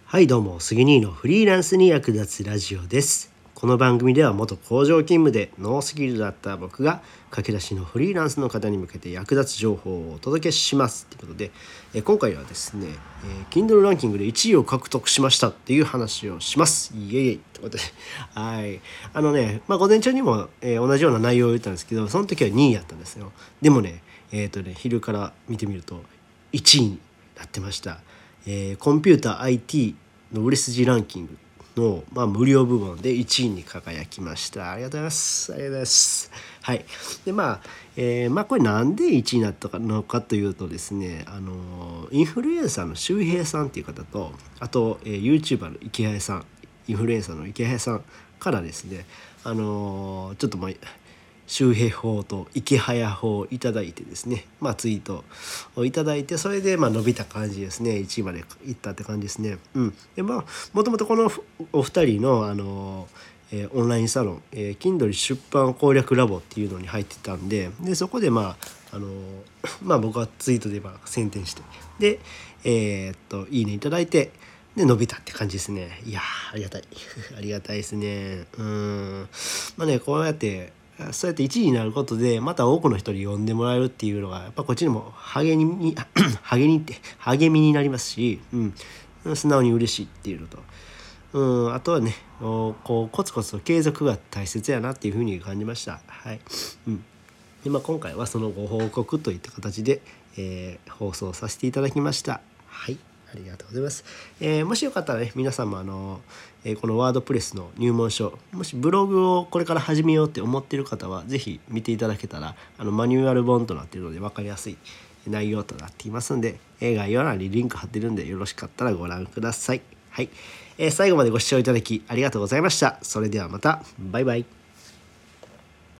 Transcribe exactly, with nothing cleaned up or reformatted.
はいどうも、杉兄のフリーランスに役立つラジオです。この番組では元工場勤務でノースキルだった僕が駆け出しのフリーランスの方に向けて役立つ情報をお届けしますということで、え今回はですね、えー、Kindle ランキングでいちいを獲得しましたっていう話をします。イエイエイということではいあのね、まあ、午前中にも、えー、同じような内容を言ったんですけど、その時はにいやったんですよ。でもねえっ、ー、とね昼から見てみるといちいになってました。えー、コンピューター アイティー の売れ筋ランキングの、まあ、無料部門でいちいに輝きました。ありがとうございますありがとうございます。はいでまあ、えー、まあこれなんでいちいになったのかというとですね、あのインフルエンサーの周平さんっていう方と、あと、えー、YouTuber の池早さん、インフルエンサーの池早さんからですね、あのー、ちょっとまあ周平法と池早法をいただいてですね、まあツイートをいただいて、それでまあ伸びた感じですね。いちいまでいったって感じですね。うんでまあもともとこのお二人のあのえー、オンラインサロン、えー、Kindle 出版攻略ラボっていうのに入ってたんで、でそこでまああのまあ僕はツイートでまあ宣伝して、でえー、っといいねいただいて、で伸びたって感じですね。いやーありがたいありがたいですね。うんまあねこうやってそうやっていちいになることでまた多くの人に読んでもらえるっていうのがやっぱこっちにも励みに励みって励みになりますし、うん、素直に嬉しいっていうのと、うん、あとはねこうコツコツと継続が大切やなっていうふうに感じました。はい、うんでまあ、今回はそのご報告といった形で、えー、放送させていただきました。はいありがとうございます。えー、もしよかったらね、皆さんもあの、えー、このワードプレスの入門書、もしブログをこれから始めようって思っている方は、ぜひ見ていただけたら、あのマニュアル本となっているので分かりやすい内容となっていますので、えー、概要欄にリンク貼ってるんで、よろしかったらご覧ください。はい、えー、最後までご視聴いただきありがとうございました。それではまた、バイバイ。